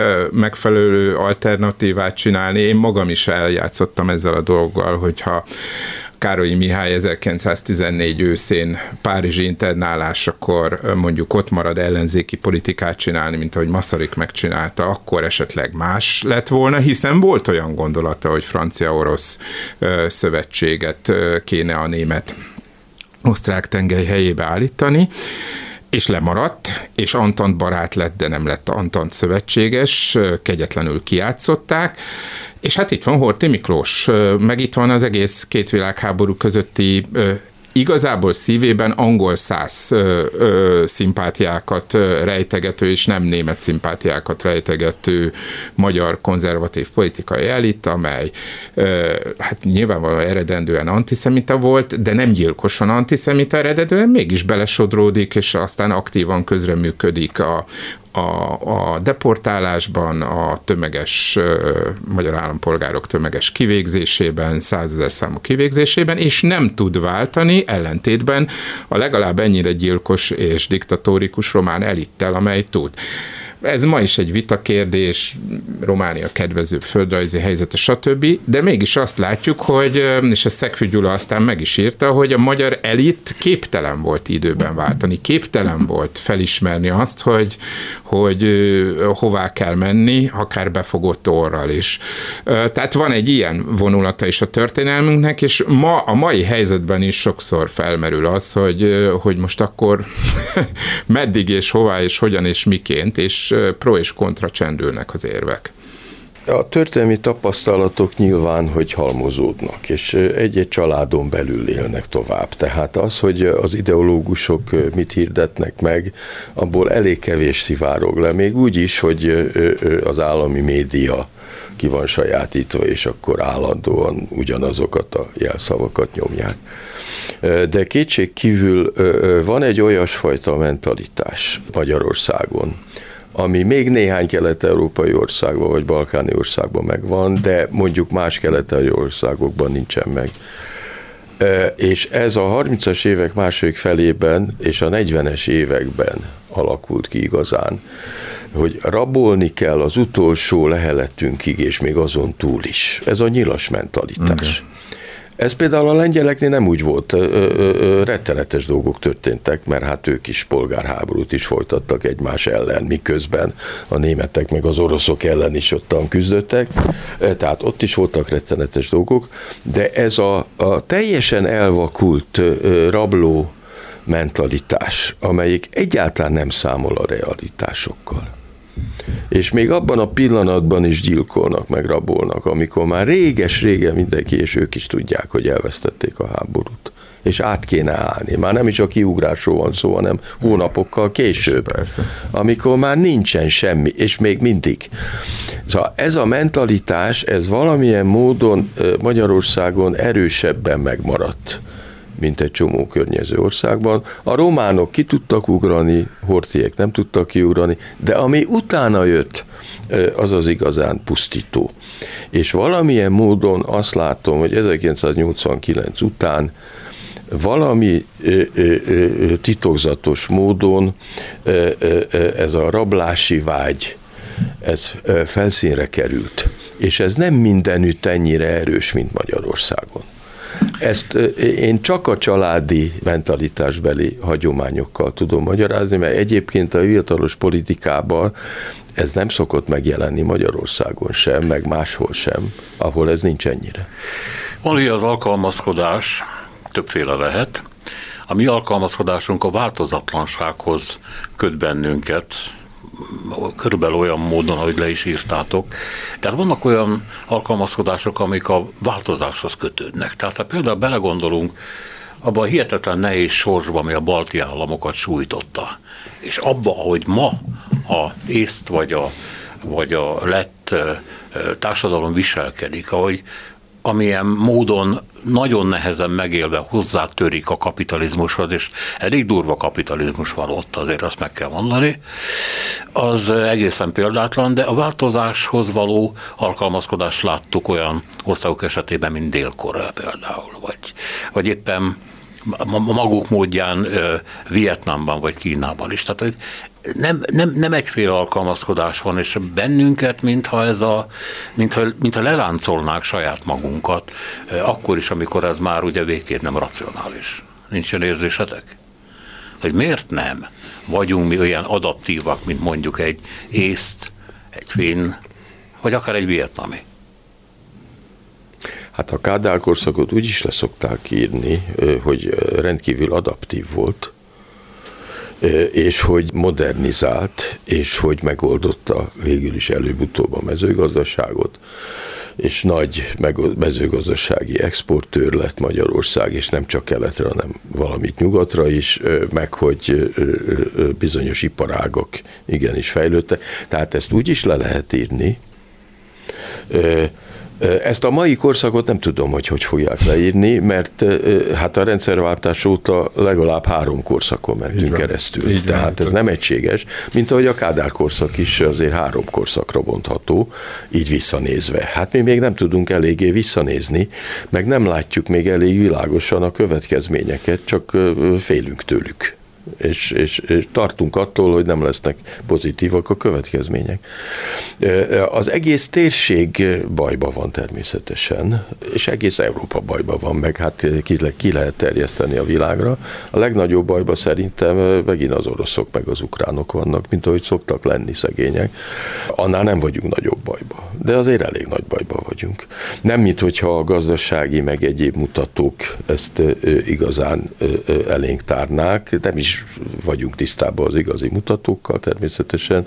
S3: megfelelő alternatívát csinálni. Én magam is eljátszottam ezzel a dolggal, hogyha Károlyi Mihály ezerkilencszáztizennégy őszén párizsi internálásakor mondjuk ott marad ellenzéki politikát csinálni, mint ahogy Masaryk megcsinálta, akkor esetleg más lett volna, hiszen volt olyan gondolata, hogy francia-orosz szövetséget kéne a német osztrák tengely helyébe állítani, és lemaradt, és Antant barát lett, de nem lett Antant szövetséges, kegyetlenül kijátszották, és hát itt van Horthy Miklós, meg itt van az egész két világháború közötti igazából szívében angol száz ö, ö, szimpátiákat rejtegető, és nem német szimpátiákat rejtegető magyar konzervatív politikai elit, amely ö, hát nyilvánvalóan eredendően antiszemita volt, de nem gyilkosan antiszemita, eredendően mégis belesodródik, és aztán aktívan közreműködik a, A, a deportálásban, a tömeges ö, magyar állampolgárok tömeges kivégzésében, százezer számú kivégzésében, és nem tud váltani, ellentétben a legalább ennyire gyilkos és diktatórikus román elittel, amely tud. Ez ma is egy vitakérdés, Románia kedvezőbb földrajzi helyzete, stb., de mégis azt látjuk, hogy, és a Szegfű Gyula aztán meg is írta, hogy a magyar elit képtelen volt időben váltani, képtelen volt felismerni azt, hogy, hogy hová kell menni, akár befogott orral is. Tehát van egy ilyen vonulata is a történelmünknek, és ma a mai helyzetben is sokszor felmerül az, hogy, hogy most akkor meddig és hová és hogyan és miként, és pro és kontra csendülnek az érvek.
S4: A történelmi tapasztalatok nyilván, hogy halmozódnak, és egy-egy családon belül élnek tovább. Tehát az, hogy az ideológusok mit hirdetnek meg, abból elég kevés szivárog le, még úgy is, hogy az állami média ki van sajátítva, és akkor állandóan ugyanazokat a jelszavakat nyomják. De kétség kívül van egy olyasfajta mentalitás Magyarországon, ami még néhány kelet-európai országban vagy balkáni országban megvan, de mondjuk más kelet-európai országokban nincsen meg. És ez a harmincas évek második felében és a negyvenes években alakult ki igazán, hogy rabolni kell az utolsó leheletünkig, és még azon túl is. Ez a nyilas mentalitás. Okay. Ez például a lengyeleknél nem úgy volt, rettenetes dolgok történtek, mert hát ők is polgárháborút is folytattak egymás ellen, miközben a németek meg az oroszok ellen is ottan küzdöttek, tehát ott is voltak rettenetes dolgok, de ez a, a teljesen elvakult rabló mentalitás, amelyik egyáltalán nem számol a realitásokkal. És még abban a pillanatban is gyilkolnak, meg rabolnak, amikor már réges-régen mindenki, és ők is tudják, hogy elvesztették a háborút. És át kéne állni. Már nem is a kiugrásról van szó, hanem hónapokkal később. Persze. Amikor már nincsen semmi, és még mindig. Szóval ez a mentalitás, ez valamilyen módon Magyarországon erősebben megmaradt, mint egy csomó környező országban. A románok ki tudtak ugrani, Horthyék nem tudtak kiugrani, de ami utána jött, az az igazán pusztító. És valamilyen módon azt látom, hogy ezerkilencszáznyolcvankilenc után valami titokzatos módon ez a rablási vágy, ez felszínre került. És ez nem mindenütt ennyire erős, mint Magyarországon. Ezt én csak a családi mentalitásbeli hagyományokkal tudom magyarázni, mert egyébként a hivatalos politikában ez nem szokott megjelenni Magyarországon sem, meg máshol sem, ahol ez nincs ennyire.
S1: Van, hogy az alkalmazkodás többféle lehet. A mi alkalmazkodásunk a változatlansághoz köt bennünket, körülbelül olyan módon, ahogy le is írtátok. Tehát vannak olyan alkalmazkodások, amik a változáshoz kötődnek. Tehát ha például belegondolunk abban a hihetetlen nehéz sorsban, ami a balti államokat sújtotta, és abba, hogy ma a észt vagy a, vagy a lett társadalom viselkedik, ahogy amilyen módon nagyon nehezen megélve hozzátörik a kapitalizmushoz, és elég durva kapitalizmus van ott, azért azt meg kell mondani, az egészen példátlan, de a változáshoz való alkalmazkodást láttuk olyan országok esetében, mint Dél-Korea például, vagy, vagy éppen maguk módján Vietnámban vagy Kínában is. Tehát nem, nem, nem egyféle alkalmazkodás van, és bennünket, mintha, ez a, mintha, mintha leláncolnák saját magunkat, akkor is, amikor ez már ugye végképp nem racionális. Nincsen érzésetek? Hogy miért nem vagyunk mi olyan adaptívak, mint mondjuk egy észt, egy finn, vagy akár egy vietnami?
S4: Hát a Kádár korszakot úgy is leszokták írni, hogy rendkívül adaptív volt, és hogy modernizált, és hogy megoldotta végül is előbb-utóbb a mezőgazdaságot, és nagy mezőgazdasági exportőr lett Magyarország, és nem csak keletre, hanem valamit nyugatra is, meg hogy bizonyos iparágok igenis fejlődtek. Tehát ezt úgy is le lehet írni. Ezt a mai korszakot nem tudom, hogy hogy fogják leírni, mert hát a rendszerváltás óta legalább három korszakon mentünk keresztül. Így Tehát van, ez nem egységes, mint ahogy a Kádár korszak is azért három korszakra bontható, így visszanézve. Hát mi még nem tudunk eléggé visszanézni, meg nem látjuk még elég világosan a következményeket, csak félünk tőlük. És, és, és tartunk attól, hogy nem lesznek pozitívak a következmények. Az egész térség bajba van természetesen, és egész Európa bajba van, meg hát ki, le, ki lehet terjeszteni a világra. A legnagyobb bajba szerintem megint az oroszok meg az ukránok vannak, mint ahogy szoktak lenni szegények. Annál nem vagyunk nagyobb bajba, de azért elég nagy bajba vagyunk. Nem, mint hogyha a gazdasági meg egyéb mutatók ezt igazán elénk tárnák, nem is vagyunk tisztában az igazi mutatókkal természetesen,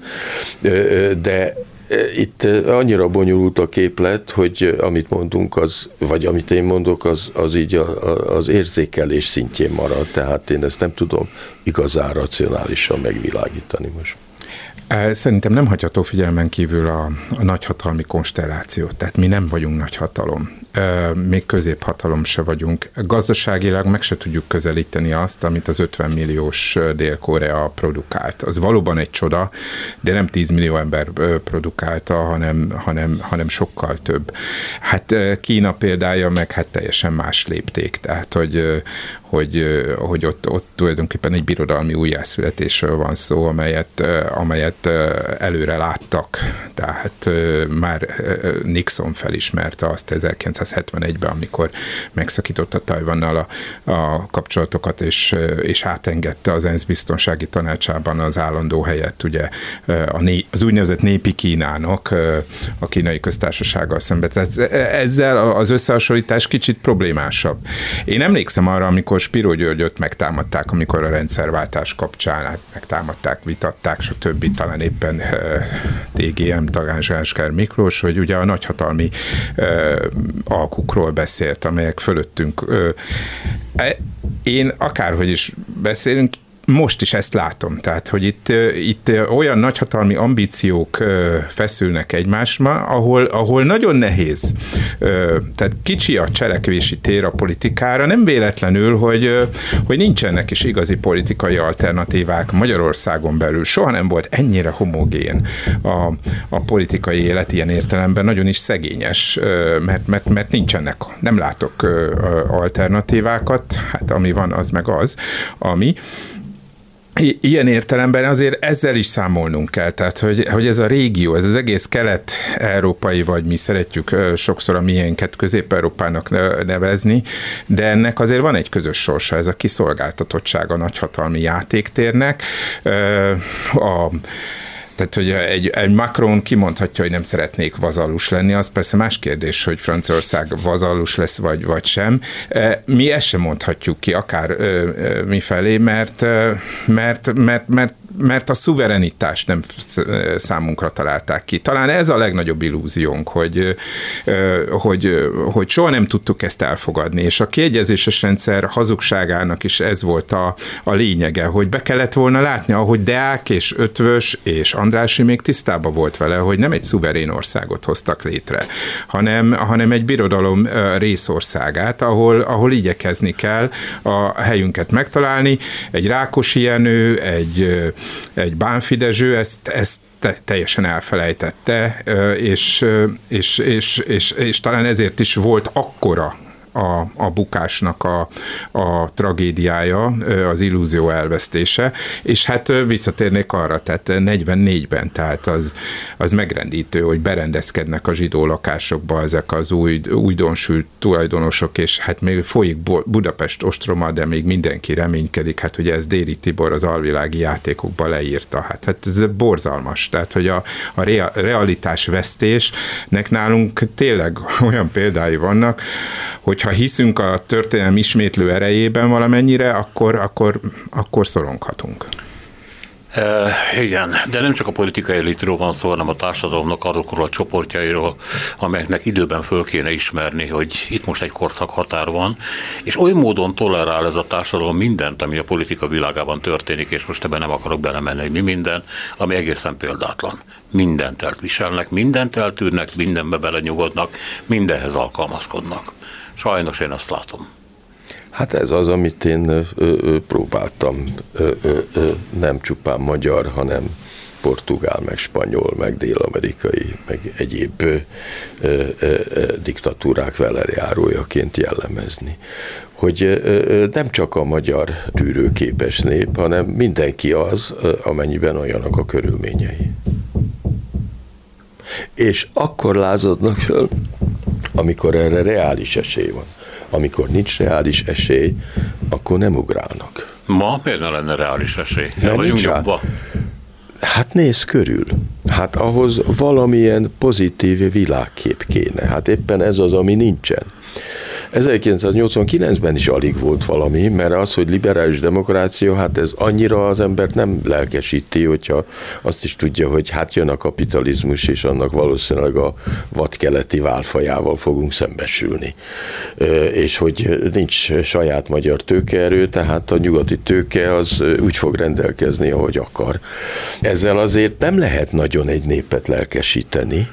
S4: de itt annyira bonyolult a képlet, hogy amit mondunk, az, vagy amit én mondok, az, az így a, a, az érzékelés szintjén marad, tehát én ezt nem tudom igazán racionálisan megvilágítani most.
S3: Szerintem nem hagyható figyelmen kívül a, a nagyhatalmi konstelláció, tehát mi nem vagyunk nagyhatalom, még középhatalom se vagyunk. Gazdaságilag meg se tudjuk közelíteni azt, amit az ötven milliós Dél-Korea produkált. Az valóban egy csoda, de nem tíz millió ember produkálta, hanem, hanem, hanem sokkal több. Hát Kína példája meg hát teljesen más lépték, tehát hogy, hogy, hogy ott, ott tulajdonképpen egy birodalmi újjászületésről van szó, amelyet, amelyet előre láttak. Tehát már Nixon felismerte azt ezerkilencszázhetvenegyben, amikor megszakította Tajvannal a, a kapcsolatokat, és, és átengedte az ENSZ biztonsági tanácsában az állandó helyet ugye a né, az úgynevezett népi Kínának a kínai köztársasággal szemben. Tehát ezzel az összehasonlítás kicsit problémásabb. Én emlékszem arra, amikor Spiró Györgyöt megtámadták, amikor a rendszerváltás kapcsán hát megtámadták, vitatták, stb. Talán éppen té gé em Tagány Zsáskár Miklós, hogy ugye a nagyhatalmi alkukról beszélt, amelyek fölöttünk. Én akárhogy is beszélünk, most is ezt látom, tehát, hogy itt, itt olyan nagyhatalmi ambíciók feszülnek egymásba, ahol, ahol nagyon nehéz, tehát kicsi a cselekvési tér a politikára, nem véletlenül, hogy, hogy nincsenek is igazi politikai alternatívák Magyarországon belül. Soha nem volt ennyire homogén a, a politikai élet ilyen értelemben, nagyon is szegényes, mert, mert, mert nincsenek, nem látok alternatívákat, hát ami van, az meg az, ami ilyen értelemben azért ezzel is számolnunk kell, tehát hogy, hogy ez a régió, ez az egész kelet-európai, vagy mi szeretjük sokszor a miénket Közép-Európának nevezni, de ennek azért van egy közös sorsa, ez a kiszolgáltatottság a nagyhatalmi játéktérnek. A Tehát, hogy egy, egy Macron kimondhatja, hogy nem szeretnék vazallus lenni, az persze más kérdés, hogy Franciaország vazallus lesz, vagy, vagy sem. Mi ezt sem mondhatjuk ki, akár mi felé, mert, mert, mert, mert mert a szuverenitást nem számunkra találták ki. Talán ez a legnagyobb illúziónk, hogy, hogy, hogy soha nem tudtuk ezt elfogadni, és a kiegyezéses rendszer hazugságának is ez volt a, a lényege, hogy be kellett volna látni, ahogy Deák és Ötvös és Andrássy még tisztában volt vele, hogy nem egy szuverén országot hoztak létre, hanem, hanem egy birodalom részországát, ahol, ahol igyekezni kell a helyünket megtalálni. Egy Rákosi Jenő, egy egy Bánffy Dezső ezt, ezt teljesen elfelejtette, és, és, és, és, és talán ezért is volt akkora a, a bukásnak a, a tragédiája, az illúzió elvesztése, és hát visszatérnék arra, tehát negyvennégyben, tehát az, az megrendítő, hogy berendezkednek a zsidó lakásokba ezek az új, újdonsült tulajdonosok, és hát még folyik Budapest ostroma, de még mindenki reménykedik, hát ugye ez Déri Tibor az alvilági játékokba leírta, hát, hát ez borzalmas, tehát hogy a, a realitás vesztésnek nálunk tényleg olyan példái vannak, hogyha hiszünk a történelem ismétlő erejében valamennyire, akkor, akkor, akkor szoronghatunk.
S1: E, igen, de nem csak a politikai elitről van szó, hanem a társadalomnak azokról a csoportjairól, amelyeknek időben föl kéne ismerni, hogy itt most egy korszakhatár van, és oly módon tolerál ez a társadalom mindent, ami a politika világában történik, és most ebben nem akarok belemenni, hogy mi minden, ami egészen példátlan. Mindent elviselnek, mindent eltűrnek, mindenbe belenyugodnak, mindenhez alkalmazkodnak. Sajnos én azt látom.
S4: Hát ez az, amit én ö, ö, próbáltam, ö, ö, ö, nem csupán magyar, hanem portugál, meg spanyol, meg dél-amerikai, meg egyéb ö, ö, ö, diktatúrák velejárójaként jellemezni. Hogy ö, ö, nem csak a magyar tűrőképes nép, hanem mindenki az, ö, amennyiben olyanok a körülményei. És akkor lázadnak föl, amikor erre reális esély van. Amikor nincs reális esély, akkor nem ugrálnak.
S1: Ma miért ne lenne reális esély?
S4: Nem nincs rá. Hát nézz körül. Hát ahhoz valamilyen pozitív világkép kéne. Hát éppen ez az, ami nincsen. ezerkilencszáznyolcvankilencben is alig volt valami, mert az, hogy liberális demokrácia, hát ez annyira az embert nem lelkesíti, hogyha azt is tudja, hogy hát jön a kapitalizmus, és annak valószínűleg a vadkeleti válfajával fogunk szembesülni. És hogy nincs saját magyar tőkeerő, tehát a nyugati tőke az úgy fog rendelkezni, ahogy akar. Ezzel azért nem lehet nagyon egy népet lelkesíteni.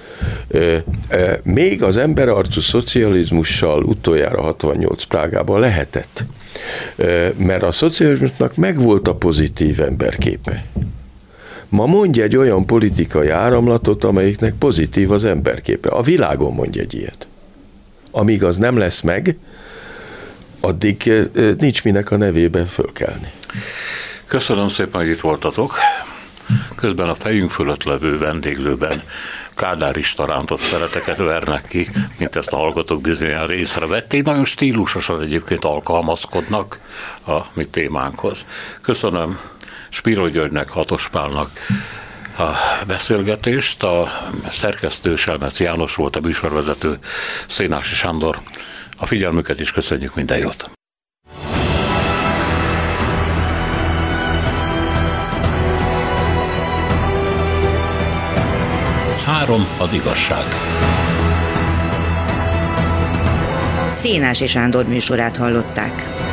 S4: Még az emberarcú szocializmussal utoljára hatvannyolc Prágában lehetett, mert a szocializmusnak megvolt a pozitív emberképe. Ma mondj egy olyan politikai áramlatot, amelyiknek pozitív az emberképe. A világon mondj egy ilyet. Amíg az nem lesz meg, addig nincs minek a nevébe fölkelni.
S1: Köszönöm szépen, hogy itt voltatok. Közben a fejünk fölött levő vendéglőben kádárista rántott szereteket vernek ki, mint ezt a hallgatók bizonyan észrevették. Nagyon stílusosan egyébként alkalmazkodnak a mi témánkhoz. Köszönöm Spiro Györgynek, Hatos Pálnak a beszélgetést. A szerkesztő Selmec János volt, a műsorvezető Szénási Sándor. A figyelmüket is köszönjük, minden jót! Három az igazság.
S5: Szénási Sándor műsorát hallották.